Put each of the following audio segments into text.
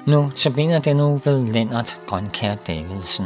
Nu tabiner det nu ved Lennart Grønkjær Davidsen.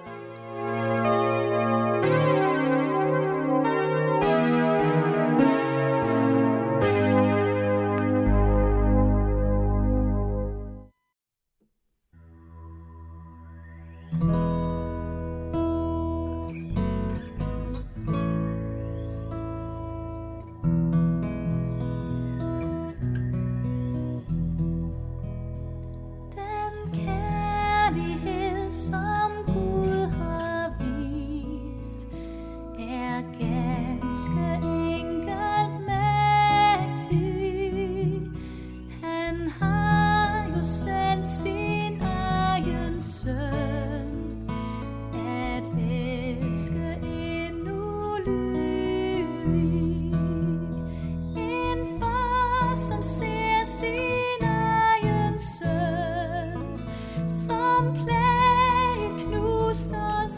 Som ser sin egen søn, som blev knust og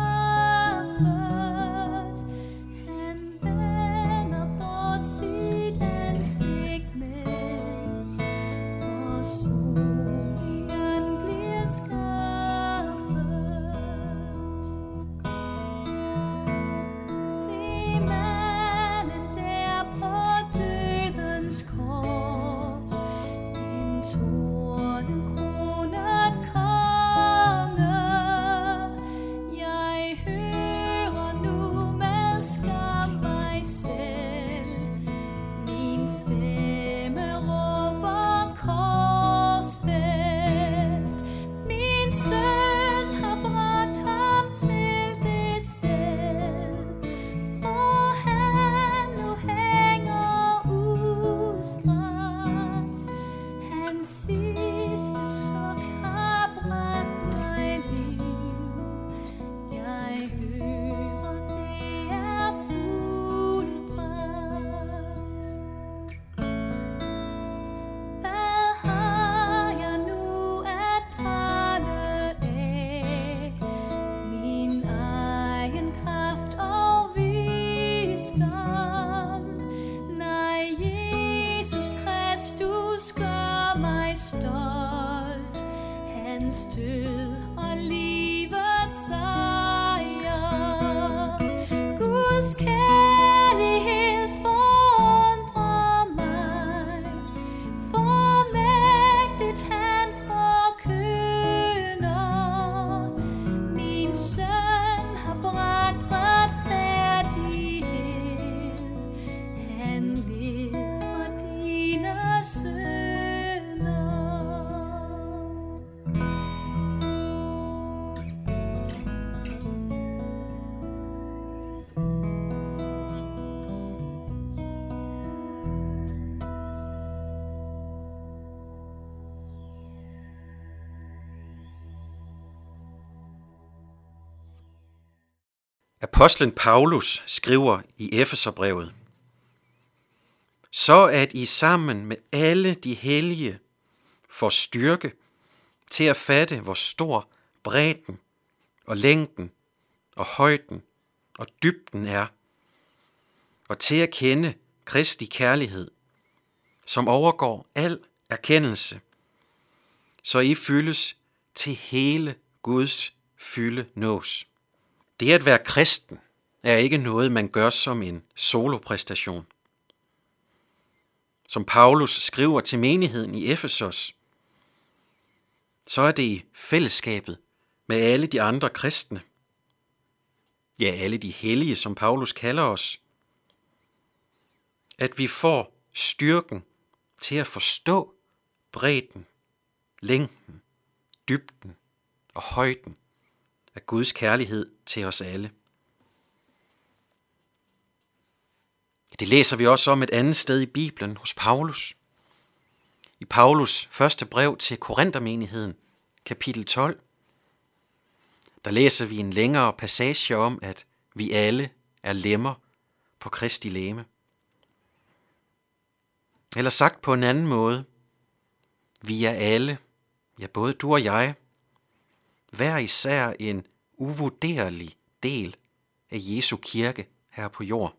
straffet. Han vender bort sit ansigt, mens forsoningen bliver skaffet. Se manden der på dødens kors, en tornekronet konge. Jeg hører nu med skam mig selv, min stemme råber korsfæst. Min søn har bragt ham til det sted, hvor han nu hænger udstrakt. Hans sidste suk har brændt mig liv. Jeg hører, det er fuldbragt. Hvad har jeg nu at prale af? Min egen kraft og visdom. Nej, Jesus Kristus gør mig stolt. Hans død og livets sejr. Guds kærlighed forundrer mig. For mægtigt han forkynder. Min søn har bragt retfærdighed. Han led for dine synder. Apostlen Paulus skriver i Efeserbrevet: så at I sammen med alle de hellige får styrke til at fatte, hvor stor bredden og længden og højden og dybden er, og til at kende Kristi kærlighed, som overgår al erkendelse, så I fyldes til hele Guds fylde nås. Det at være kristen er ikke noget, man gør som en solopræstation. Som Paulus skriver til menigheden i Efesos, så er det i fællesskabet med alle de andre kristne, ja, alle de hellige, som Paulus kalder os, at vi får styrken til at forstå bredden, længden, dybden og højden af Guds kærlighed til os alle. Det læser vi også om et andet sted i Bibelen hos Paulus. I Paulus første brev til Korinthermenigheden, kapitel 12, der læser vi en længere passage om, at vi alle er lemmer på Kristi legeme. Eller sagt på en anden måde, vi er alle, ja både du og jeg, hver især en uvurderlig del af Jesu kirke her på jord.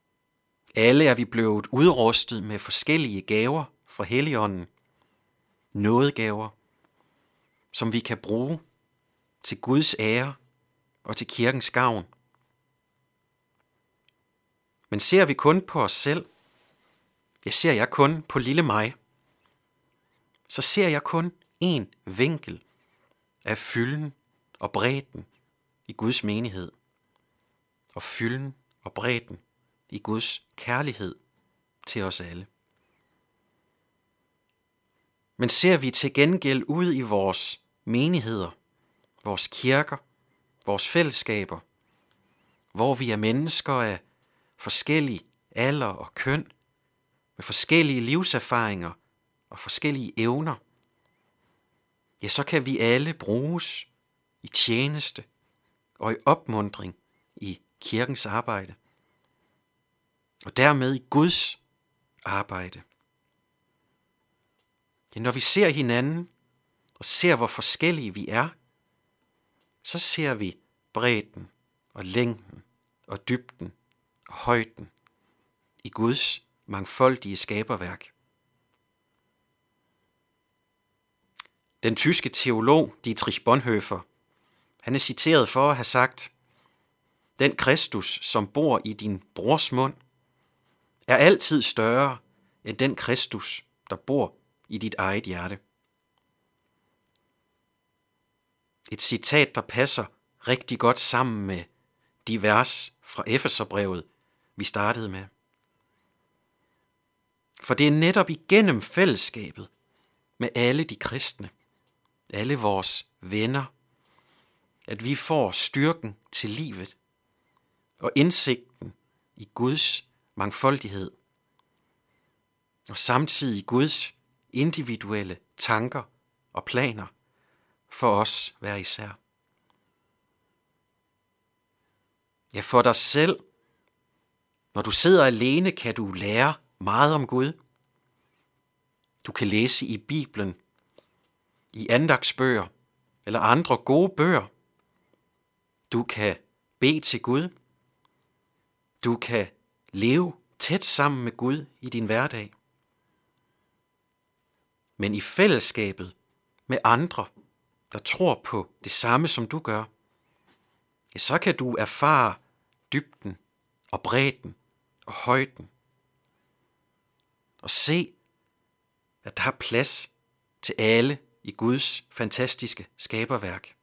Alle er vi blevet udrustet med forskellige gaver fra Helligånden, nådegaver, som vi kan bruge til Guds ære og til kirkens gavn. Men ser vi kun på os selv, ser jeg kun på lille mig, så ser jeg kun én vinkel af fylden og bredden i Guds menighed, og fylden og bredden i Guds kærlighed til os alle. Men ser vi til gengæld ud i vores menigheder, vores kirker, vores fællesskaber, hvor vi er mennesker af forskellige alder og køn, med forskellige livserfaringer og forskellige evner, så kan vi alle bruges i tjeneste og i opmuntring i kirkens arbejde, og dermed i Guds arbejde. Når vi ser hinanden og ser, hvor forskellige vi er, så ser vi bredden og længden og dybden og højden i Guds mangfoldige skaberværk. Den tyske teolog Dietrich Bonhoeffer, han er citeret for at have sagt: "Den Kristus, som bor i din brors mund, er altid større end den Kristus, der bor i dit eget hjerte." Et citat, der passer rigtig godt sammen med de vers fra Efeserbrevet, vi startede med. For det er netop igennem fællesskabet med alle de kristne, alle vores venner, at vi får styrken til livet og indsigten i Guds mangfoldighed, og samtidig Guds individuelle tanker og planer for os hver især. Ja, for dig selv, når du sidder alene, kan du lære meget om Gud. Du kan læse i Bibelen, i andagtsbøger eller andre gode bøger. Du kan bede til Gud. Du kan leve tæt sammen med Gud i din hverdag. Men i fællesskabet med andre, der tror på det samme som du gør, så kan du erfare dybden og bredden og højden. Og se, at der er plads til alle i Guds fantastiske skaberværk.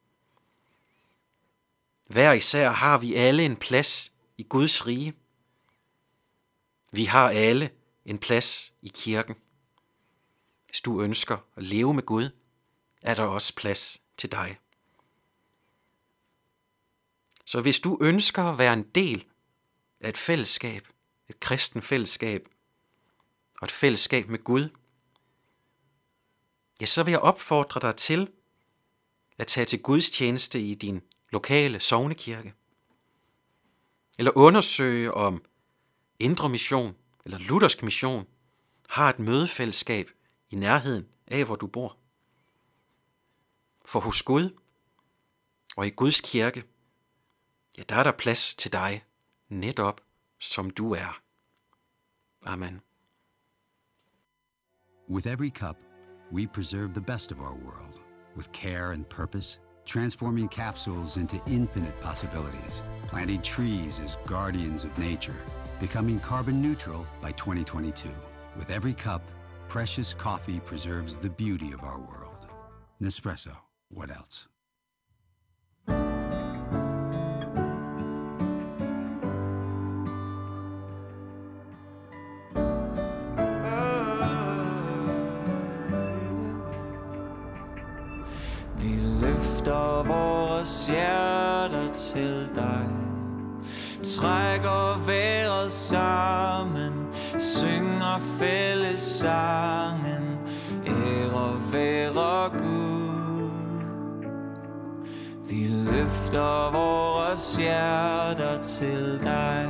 Hver især har vi alle en plads i Guds rige. Vi har alle en plads i kirken. Hvis du ønsker at leve med Gud, er der også plads til dig. Så hvis du ønsker at være en del af et fællesskab, et kristen fællesskab, og et fællesskab med Gud, så vil jeg opfordre dig til at tage til Guds tjeneste i din lokale sognekirke, eller undersøge om Indre Mission eller Luthersk Mission har et mødefællesskab i nærheden af, hvor du bor. For hos Gud og i Guds kirke, der er der plads til dig, netop som du er. Amen. With every cup, we preserve the best of our world, with care and purpose, transforming capsules into infinite possibilities, planting trees as guardians of nature, becoming carbon neutral by 2022. With every cup, precious coffee preserves the beauty of our world. Nespresso, what else? Vi løfter vores hjerter til dig, trækker vejret sammen, synger fællessangen, ære være Gud. Vi løfter vores hjerter til dig,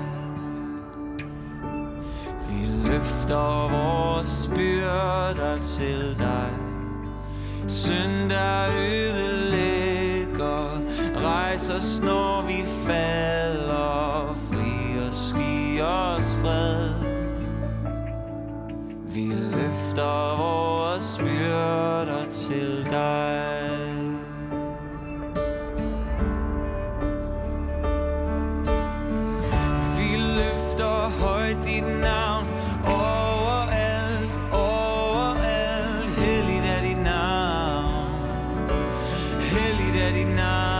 vi løfter vores byrder til dig. Synd der ødelægger, rejs os når vi falder, fri os, giv os fred. Vi løfter vores byrder højt dit navn. Overalt, overalt. Helligt er dit navn. Helligt er dit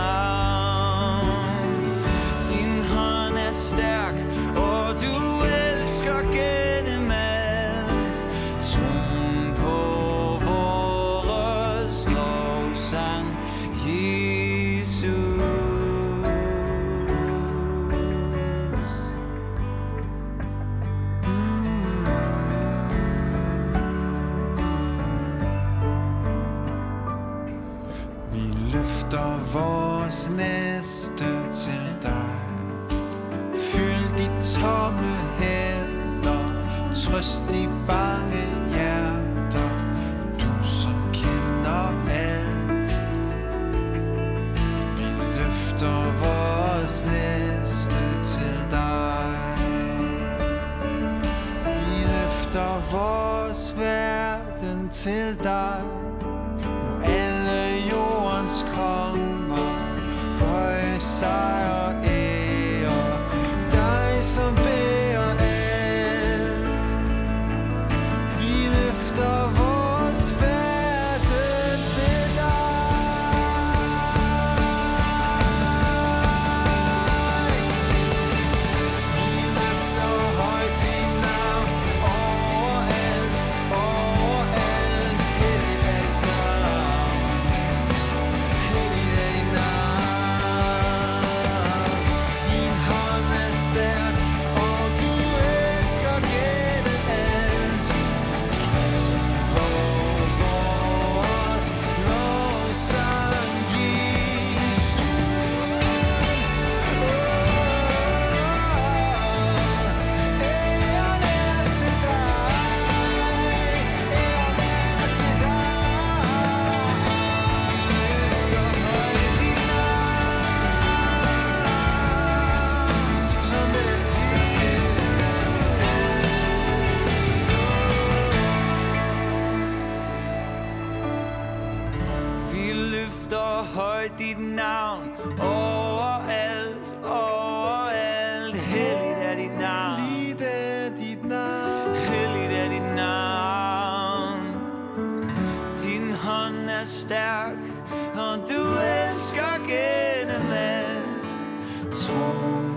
navn. Din hånd er stærk, og du elsker gennem alt. Tron på vores lovsang, Jesus. Vi løfter vores næste til dig. Fyld de tomme hænder, trøst de bange hjerter, du som kender alt. Vi løfter vores næste til dig. Vi løfter vores verden til dig. Må alle jordens konger bøje sig og ære dig, som bærer alt. Vi løfter vores verden til dig. Vi løfter højt dit navn. Overalt, overalt. Helligt er dit navn. Helligt er dit navn. Din hånd er stærk, og du elsker gennem alt. Tro på vores lovsang, Jesus. Æren er til dig. Æren er til dig. Løfter højt dit navn, som elsker Vi løfter højt dit navn. Overalt, overalt. Helligt er dit navn. Helligt er dit navn. Helligt er dit navn. Din hånd er stærk, og du elsker gennem alt. Tro